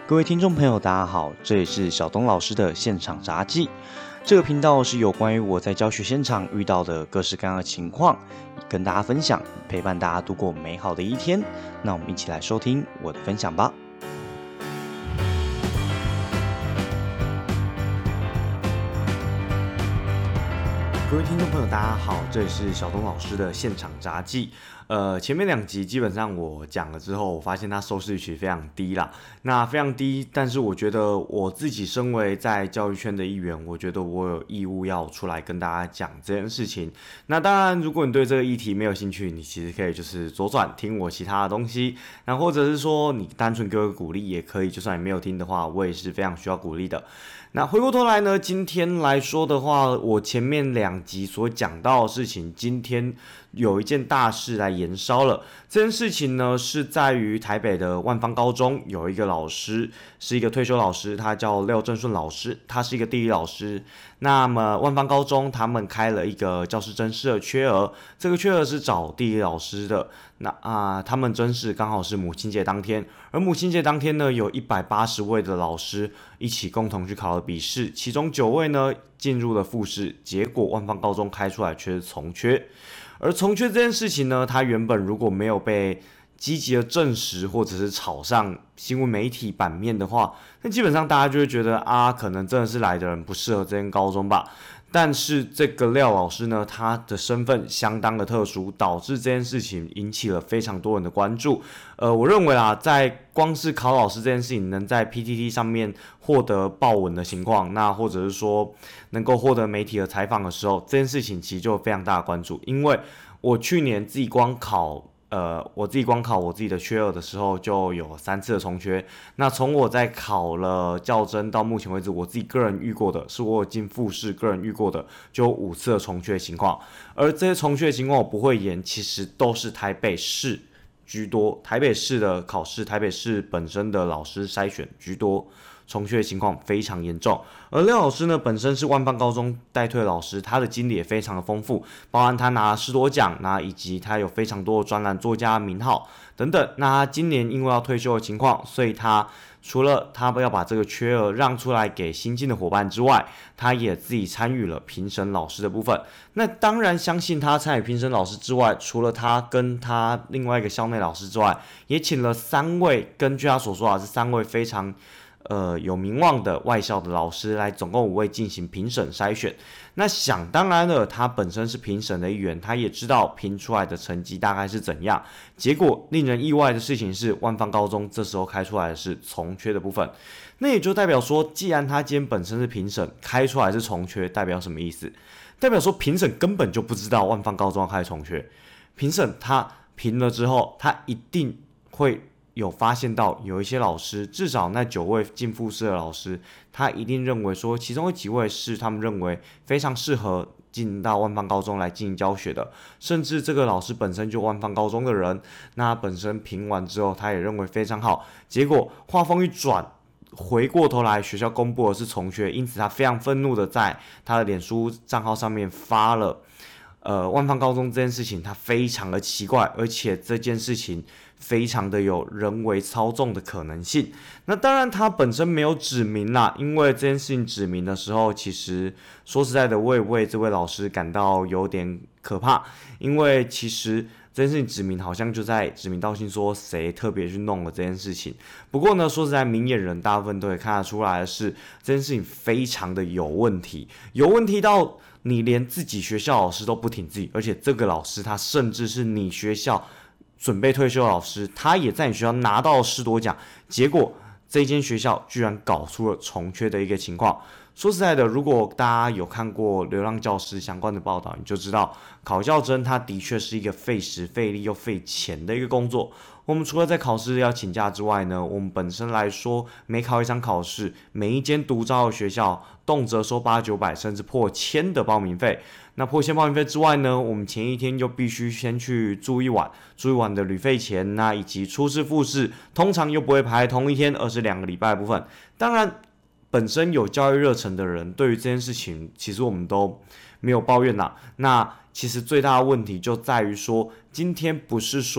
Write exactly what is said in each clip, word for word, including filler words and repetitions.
各位听众朋友，大家好，这里是小东老师的现场札记。这个频道是有关于我在教学现场遇到的各式各样的情况，跟大家分享，陪伴大家度过美好的一天。那我们一起来收听我的分享吧。各位听众朋友，大家好，这里是小东老师的现场札记。呃，前面两集基本上我讲了之后，我发现它收视率其实非常低啦。那非常低，但是我觉得我自己身为在教育圈的一员，我觉得我有义务要出来跟大家讲这件事情。那当然，如果你对这个议题没有兴趣，你其实可以就是左转听我其他的东西，那或者是说你单纯给我鼓励也可以，就算你没有听的话，我也是非常需要鼓励的。那回过头来呢，今天来说的话，我前面两集所讲到的事情，今天有一件大事来延烧了。这件事情呢，是在于台北的万芳高中有一个老师，是一个退休老师，他叫廖正顺老师，他是一个地理老师。那么万芳高中他们开了一个教师甄试的缺额，这个缺额是找地理老师的。那啊，他们甄试刚好是母亲节当天，而母亲节当天呢，有一百八十位的老师一起共同去考了笔试，其中九位呢进入了复试，结果万芳高中开出来却是从缺。而从缺这件事情呢，它原本如果没有被积极的证实或者是炒上新闻媒体版面的话，那基本上大家就会觉得啊，可能真的是来的人不适合这间高中吧。但是这个廖老师呢，他的身份相当的特殊，导致这件事情引起了非常多人的关注。呃，我认为啦，在光是考老师这件事情能在 P T T 上面获得爆文的情况，那或者是说能够获得媒体的采访的时候，这件事情其实就有非常大的关注。因为我去年自己光考呃，我自己光考我自己的缺额的时候，就有三次的重缺。那从我在考了教甄到目前为止，我自己个人遇过的，是我有进复试个人遇过的，就有五次的重缺情况。而这些重缺情况我不会演，其实都是台北市居多，台北市的考试，台北市本身的老师筛选居多。重缺的情况非常严重，而廖老师呢，本身是万芳高中代退老师，他的经历也非常的丰富，包含他拿士多奖，那以及他有非常多的专栏作家名号等等。那他今年因为要退休的情况，所以他除了他要把这个缺额让出来给新进的伙伴之外，他也自己参与了评审老师的部分。那当然相信他参与评审老师之外，除了他跟他另外一个校内老师之外，也请了三位，根据他所说啊，是三位非常呃，有名望的外校的老师来，总共五位进行评审筛选。那想当然了，他本身是评审的一员，他也知道评出来的成绩大概是怎样。结果令人意外的事情是，万芳高中这时候开出来的是从缺的部分。那也就代表说，既然他今天本身是评审，开出来是从缺，代表什么意思？代表说评审根本就不知道万芳高中要开从缺。评审他评了之后，他一定会有发现到有一些老师，至少那九位进复试的老师，他一定认为说，其中有几位是他们认为非常适合进到万芳高中来进行教学的，甚至这个老师本身就万芳高中的人，那他本身评完之后，他也认为非常好，结果话锋一转，回过头来学校公布的是从缺，因此他非常愤怒的在他的脸书账号上面发了呃，万芳高中这件事情，它非常的奇怪，而且这件事情非常的有人为操纵的可能性。那当然，它本身没有指明啦，因为这件事情指明的时候，其实说实在的，我也为这位老师感到有点可怕，因为其实这件事情指明好像就在指名道姓说谁特别去弄了这件事情。不过呢，说实在，明眼人大部分都可以看得出来的是，这件事情非常的有问题，有问题到你连自己学校老师都不挺自己，而且这个老师他甚至是你学校准备退休的老师，他也在你学校拿到了士多奖，结果这间学校居然搞出了重缺的一个情况。说实在的，如果大家有看过流浪教师相关的报道，你就知道考教甄它的确是一个费时费力又费钱的一个工作。我们除了在考试要请假之外呢，我们本身来说，每考一场考试，每一间独招的学校动辄收八九百甚至破千的报名费。那破千报名费之外呢，我们前一天又必须先去住一晚，住一晚的旅费钱，那以及初试复试，通常又不会排同一天，而是两个礼拜的部分。当然，本身有教育热忱的人，对于这件事情，其实我们都没有抱怨啦。那其实最大的问题就在于说，今天不是说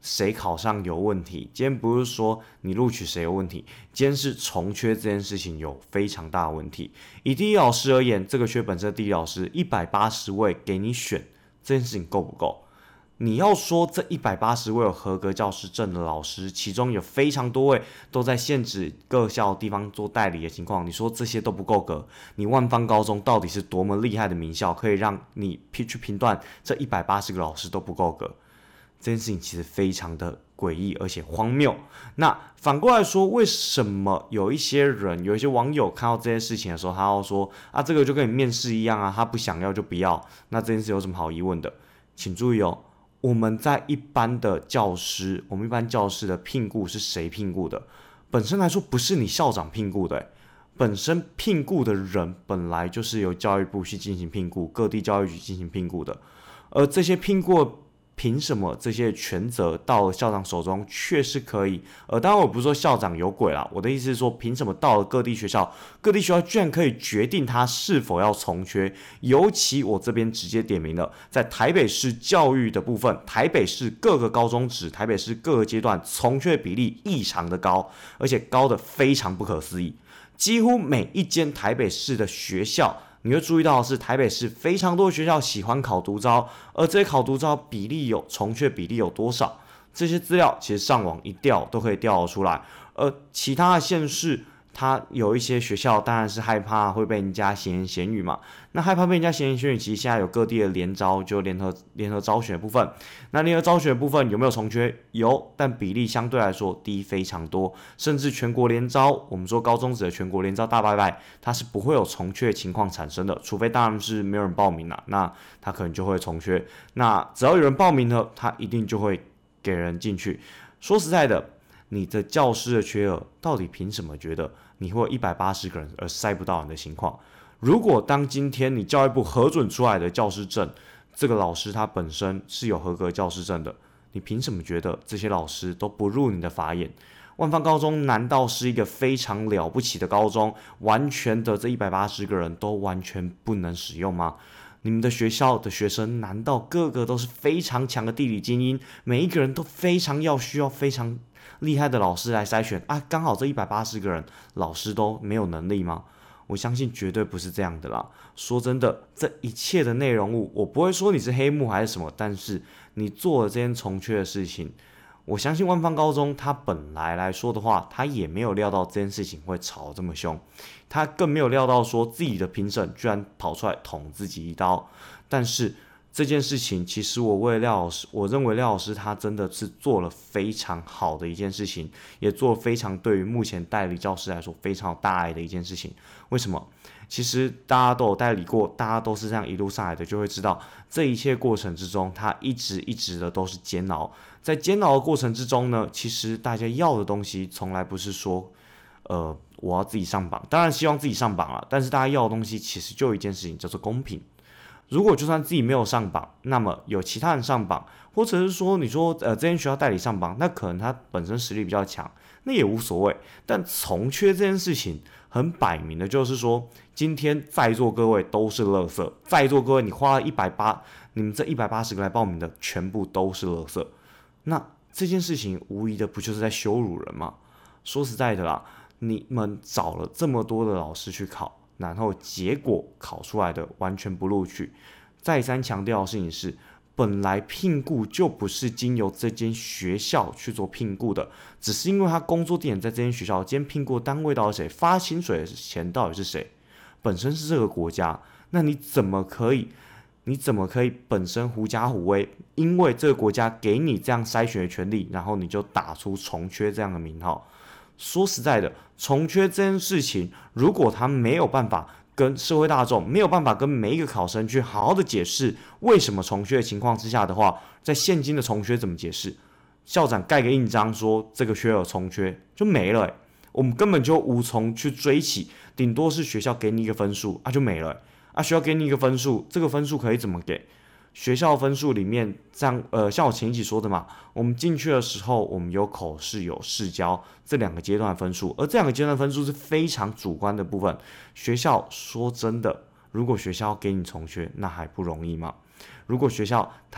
谁考上有问题，今天不是说你录取谁有问题，今天是重缺这件事情有非常大的问题。以地理老师而言，这个缺本身的地理老师一百八十位给你选，这件事情够不够？你要说这一百八十位有合格教师证的老师，其中有非常多位都在现址各校地方做代理的情况，你说这些都不够格，你万芳高中到底是多么厉害的名校，可以让你去评断这一百八十个老师都不够格？这件事情其实非常的诡异而且荒谬。那反过来说，为什么有一些人有一些网友看到这件事情的时候，他要说啊，这个就跟你面试一样啊，他不想要就不要，那这件事有什么好疑问的？请注意哦，我们在一般的教师，我们一般教师的聘雇是谁聘雇的？本身来说不是你校长聘雇的、欸，本身聘雇的人本来就是由教育部去进行聘雇，各地教育局进行聘雇的，而这些聘雇凭什么这些权责到了校长手中却是可以？呃，当然我不是说校长有鬼啦，我的意思是说，凭什么到了各地学校，各地学校居然可以决定他是否要重缺？尤其我这边直接点名了，在台北市教育的部分，台北市各个高中职，台北市各个阶段重缺比例异常的高，而且高的非常不可思议，几乎每一间台北市的学校。你会注意到的是，台北市非常多的学校喜欢考独招，而这些考独招比例有重缺比例有多少？这些资料其实上网一调都可以调得出来。而其他的县市，它有一些学校当然是害怕会被人家闲言闲语嘛。那害怕被人家闲言闲语，其实现在有各地的联招，就联合联合招选的部分。那联合招选的部分有没有重缺？有，但比例相对来说低非常多。甚至全国联招，我们说高中职的全国联招大拜拜，它是不会有重缺情况产生的，除非当然是没有人报名啦，那它可能就会重缺。那只要有人报名了，它一定就会给人进去。说实在的，你的教师的缺额到底凭什么觉得你会有一百八十个人而塞不到人的情况？如果当今天你教育部核准出来的教师证，这个老师他本身是有合格教师证的，你凭什么觉得这些老师都不入你的法眼？万芳高中难道是一个非常了不起的高中，完全的这一百八十个人都完全不能使用吗？你们的学校的学生难道个个都是非常强的地理精英，每一个人都非常要需要非常厉害的老师来筛选啊？刚好这一百八十个人老师都没有能力吗？我相信绝对不是这样的啦。说真的，这一切的内容物，我不会说你是黑幕还是什么，但是你做了这件重缺的事情，我相信万芳高中他本来来说的话，他也没有料到这件事情会吵这么凶，他更没有料到说自己的评审居然跑出来捅自己一刀。但是这件事情，其实我为廖老师，我认为廖老师他真的是做了非常好的一件事情，也做了非常对于目前代理教师来说非常有大爱的一件事情。为什么？其实大家都有代理过，大家都是这样一路上来的，就会知道这一切过程之中，他一直一直的都是煎熬。在煎熬的过程之中呢，其实大家要的东西从来不是说，呃，我要自己上榜，当然希望自己上榜了，但是大家要的东西其实就有一件事情叫做公平。如果就算自己没有上榜，那么有其他人上榜，或者是说你说呃这间学校代理上榜，那可能他本身实力比较强，那也无所谓。但重缺这件事情，很摆明的就是说，今天在座各位都是垃圾，在座各位你花了一百八，你们这一百八十个来报名的全部都是垃圾，那这件事情无疑的不就是在羞辱人吗？说实在的啦，你们找了这么多的老师去考，然后结果考出来的完全不录取。再三强调的事情是，本来聘雇就不是经由这间学校去做聘雇的，只是因为他工作地点在这间学校，今天聘雇单位到底是谁，发薪水的钱到底是谁，本身是这个国家，那你怎么可以？你怎么可以本身狐假虎威？因为这个国家给你这样筛选的权利，然后你就打出重缺这样的名号？说实在的，重缺这件事情，如果他没有办法跟社会大众，没有办法跟每一个考生去好好的解释为什么重缺的情况之下的话，在现今的重缺怎么解释？校长盖个印章说这个缺额重缺就没了、欸，我们根本就无从去追起，顶多是学校给你一个分数啊就没了、欸，啊学校给你一个分数，这个分数可以怎么给？学校分数里面，这样呃，像我前一集说的嘛，我们进去的时候，我们有口试有试教这两个阶段的分数，而这两个阶段的分数是非常主观的部分。学校说真的，如果学校给你重缺，那还不容易吗？如果学校他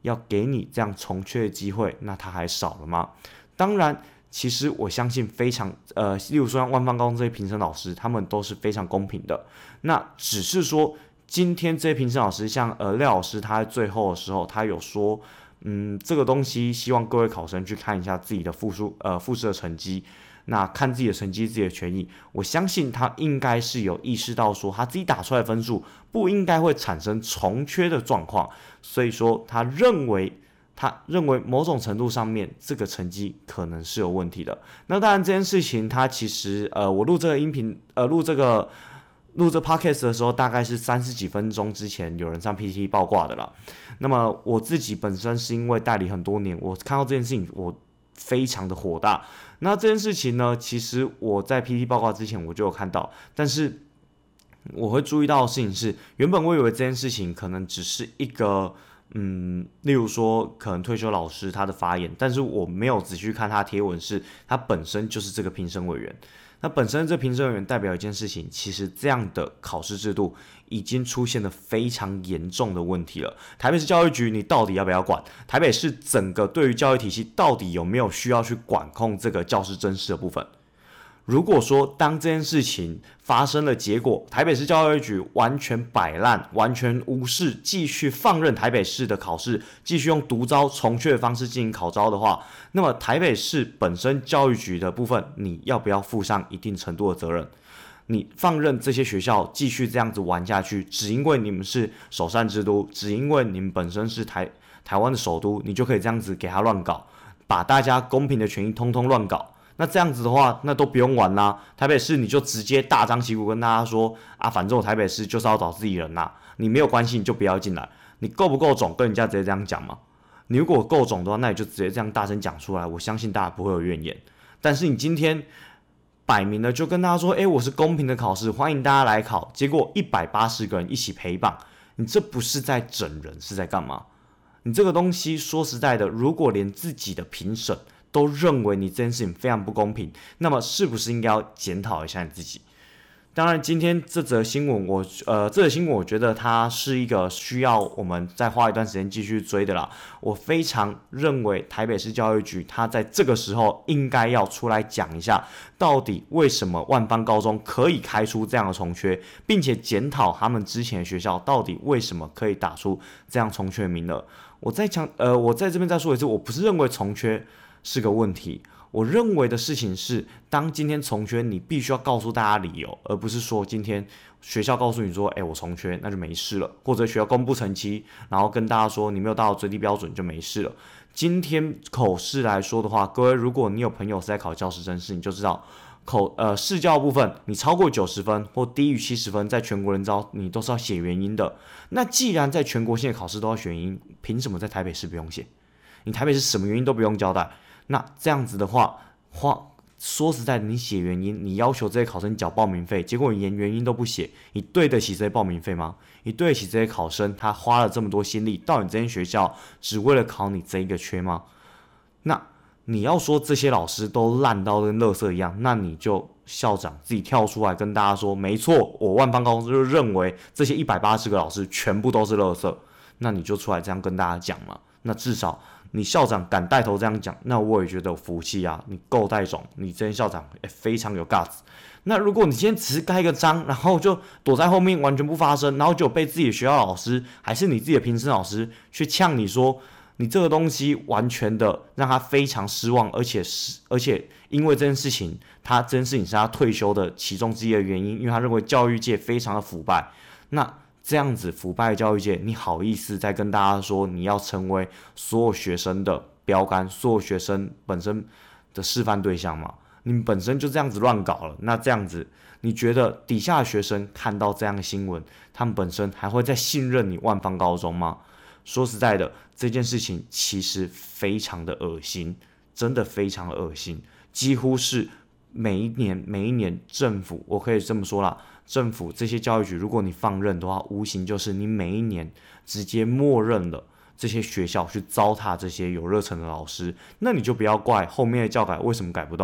要给你这样重缺的机会，那他还少了吗？当然，其实我相信非常呃，例如说像万芳高中这些评审老师，他们都是非常公平的。那只是说，今天这些评审老师，像呃廖老师，他在最后的时候，他有说，嗯，这个东西希望各位考生去看一下自己的复述呃复试的成绩。那看自己的成绩、自己的权益，我相信他应该是有意识到说，他自己打出来的分数不应该会产生重缺的状况，所以说他认为，他认为某种程度上面这个成绩可能是有问题的。那当然这件事情，他其实呃，我录这个音频，呃，录这个录这 podcast 的时候，大概是三十几分钟之前有人上 P T T 爆挂的了。那么我自己本身是因为代理很多年，我看到这件事情，我非常的火大。那这件事情呢，其实我在 P T T 报告之前我就有看到，但是我会注意到的事情是，原本我以为这件事情可能只是一个，嗯，例如说可能退休老师他的发言，但是我没有仔细看他的贴文，是他本身就是这个评审委员。那本身这评审委员代表一件事情，其实这样的考试制度已经出现了非常严重的问题了。台北市教育局，你到底要不要管？台北市整个对于教育体系到底有没有需要去管控这个教师甄试的部分？如果说当这件事情发生了，结果台北市教育局完全摆烂，完全无视，继续放任台北市的考试继续用独招重缺的方式进行考招的话，那么台北市本身教育局的部分，你要不要负上一定程度的责任？你放任这些学校继续这样子玩下去，只因为你们是首善之都，只因为你们本身是台台湾的首都，你就可以这样子给他乱搞，把大家公平的权益通通乱搞。那这样子的话，那都不用玩啦。台北市你就直接大张旗鼓跟大家说啊，反正我台北市就是要找自己人啦，你没有关系你就不要进来。你够不够种，跟人家直接这样讲嘛？你如果够种的话，那你就直接这样大声讲出来，我相信大家不会有怨言。但是你今天摆明了就跟大家说，哎，我是公平的考试，欢迎大家来考，结果一百八十个人一起陪绑，你这不是在整人，是在干嘛？你这个东西说实在的，如果连自己的评审都认为你这件事情非常不公平，那么是不是应该要检讨一下你自己？当然，今天这则新闻我，呃，这则新闻我觉得它是一个需要我们再花一段时间继续追的啦。我非常认为台北市教育局它在这个时候应该要出来讲一下，到底为什么万芳高中可以开出这样的重缺，并且检讨他们之前的学校到底为什么可以打出这样重缺名额。我再强，呃，我在这边再说一次，我不是认为重缺是个问题。我认为的事情是，当今天重缺，你必须要告诉大家理由，而不是说今天学校告诉你说，哎、欸，我重缺，那就没事了，或者学校公布成绩，然后跟大家说你没有达到最低标准就没事了。今天口试来说的话，各位，如果你有朋友是在考教师甄试，你就知道口呃试教部分，你超过九十分或低于七十分，在全国人招你都是要写原因的。那既然在全国性的考试都要写原因，凭什么在台北市不用写？你台北市什么原因都不用交代？那这样子的话，话说实在的，你写原因，你要求这些考生缴报名费，结果你连原因都不写，你对得起这些报名费吗？你对得起这些考生他花了这么多心力到你这间学校，只为了考你这一个缺吗？那你要说这些老师都烂到跟垃圾一样，那你就校长自己跳出来跟大家说，没错，我万芳高中就认为这些一百八十个老师全部都是垃圾，那你就出来这样跟大家讲嘛。那至少你校长敢带头这样讲，那我也觉得有福气啊！你够带种，你这些校长也非常有 guts。那如果你今天只是盖一个章，然后就躲在后面完全不发声，然后就被自己的学校老师还是你自己的评审老师去呛你说，你这个东西完全的让他非常失望，而且是而且因为这件事情，他这件事情是他退休的其中之一的原因，因为他认为教育界非常的腐败。那这样子腐败的教育界，你好意思再跟大家说你要成为所有学生的标杆，所有学生本身的示范对象吗？你们本身就这样子乱搞了，那这样子，你觉得底下的学生看到这样的新闻，他们本身还会再信任你万芳高中吗？说实在的，这件事情其实非常的恶心，真的非常的恶心，几乎是每一年每一年政府，我可以这么说啦，政府这些教育局，如果你放任的话，无形就是你每一年直接默认了这些学校去糟蹋这些有热忱的老师，那你就不要怪后面的教改为什么改不动，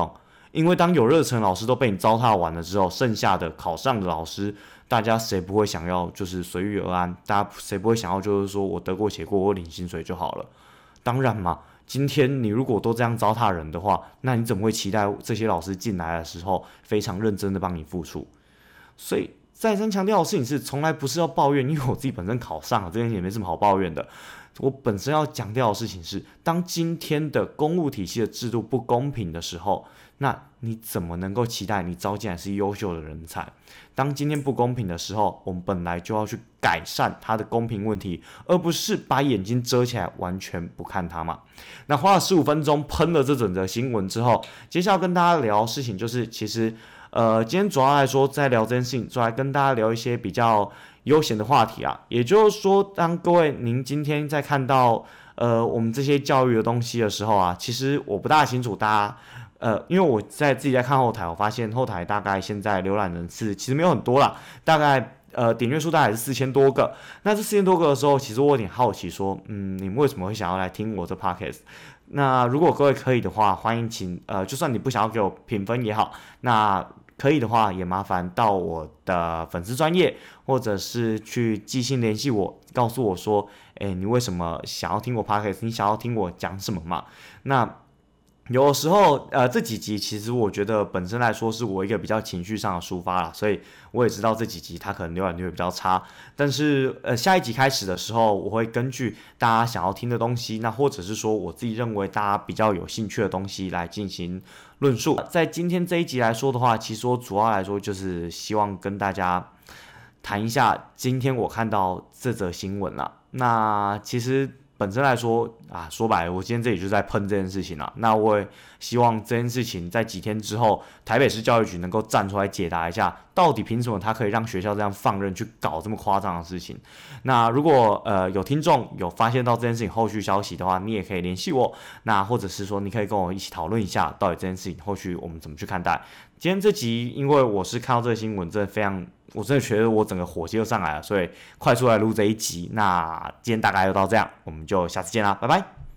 因为当有热忱的老师都被你糟蹋完了之后，剩下的考上的老师，大家谁不会想要就是随遇而安？大家谁不会想要就是说我得过且过，我领薪水就好了？当然嘛，今天你如果都这样糟蹋人的话，那你怎么会期待这些老师进来的时候非常认真的帮你付出？所以再三强调的事情是，从来不是要抱怨，因为我自己本身考上了，这件也没什么好抱怨的。我本身要强调的事情是，当今天的公务体系的制度不公平的时候，那你怎么能够期待你招进来是优秀的人才？当今天不公平的时候，我们本来就要去改善它的公平问题，而不是把眼睛遮起来完全不看它嘛。那花了十五分钟喷了这整则新闻之后，接下来跟大家聊的事情就是，其实呃，今天主要来说在聊这件事情，主要来跟大家聊一些比较悠闲的话题啊。也就是说，当各位您今天在看到呃我们这些教育的东西的时候啊，其实我不大清楚大家。呃，因为我在自己在看后台，我发现后台大概现在浏览人次其实没有很多啦，大概呃点阅数大概是四千多个。那这四千多个的时候，其实我有点好奇说，嗯，你们为什么会想要来听我这 podcast？那如果各位可以的话，欢迎请呃，就算你不想要给我评分也好，那可以的话也麻烦到我的粉丝专页，或者是去寄信联系我，告诉我说，哎，你为什么想要听我 podcast？你想要听我讲什么嘛？那有的时候，呃，这几集其实我觉得本身来说是我一个比较情绪上的抒发啦，所以我也知道这几集它可能浏览率会比较差。但是，呃，下一集开始的时候，我会根据大家想要听的东西，那或者是说我自己认为大家比较有兴趣的东西来进行论述。在今天这一集来说的话，其实我主要来说就是希望跟大家谈一下今天我看到这则新闻啦。那其实本身来说啊，说白了，我今天这里就在喷这件事情啦。那我也希望这件事情在几天之后，台北市教育局能够站出来解答一下，到底凭什么他可以让学校这样放任去搞这么夸张的事情？那如果呃有听众有发现到这件事情后续消息的话，你也可以联系我。那或者是说，你可以跟我一起讨论一下，到底这件事情后续我们怎么去看待。今天这集，因为我是看到这个新闻，真的非常，我真的觉得我整个火气就上来了，所以快速来录这一集。那今天大概就到这样，我们就下次见啦，拜拜。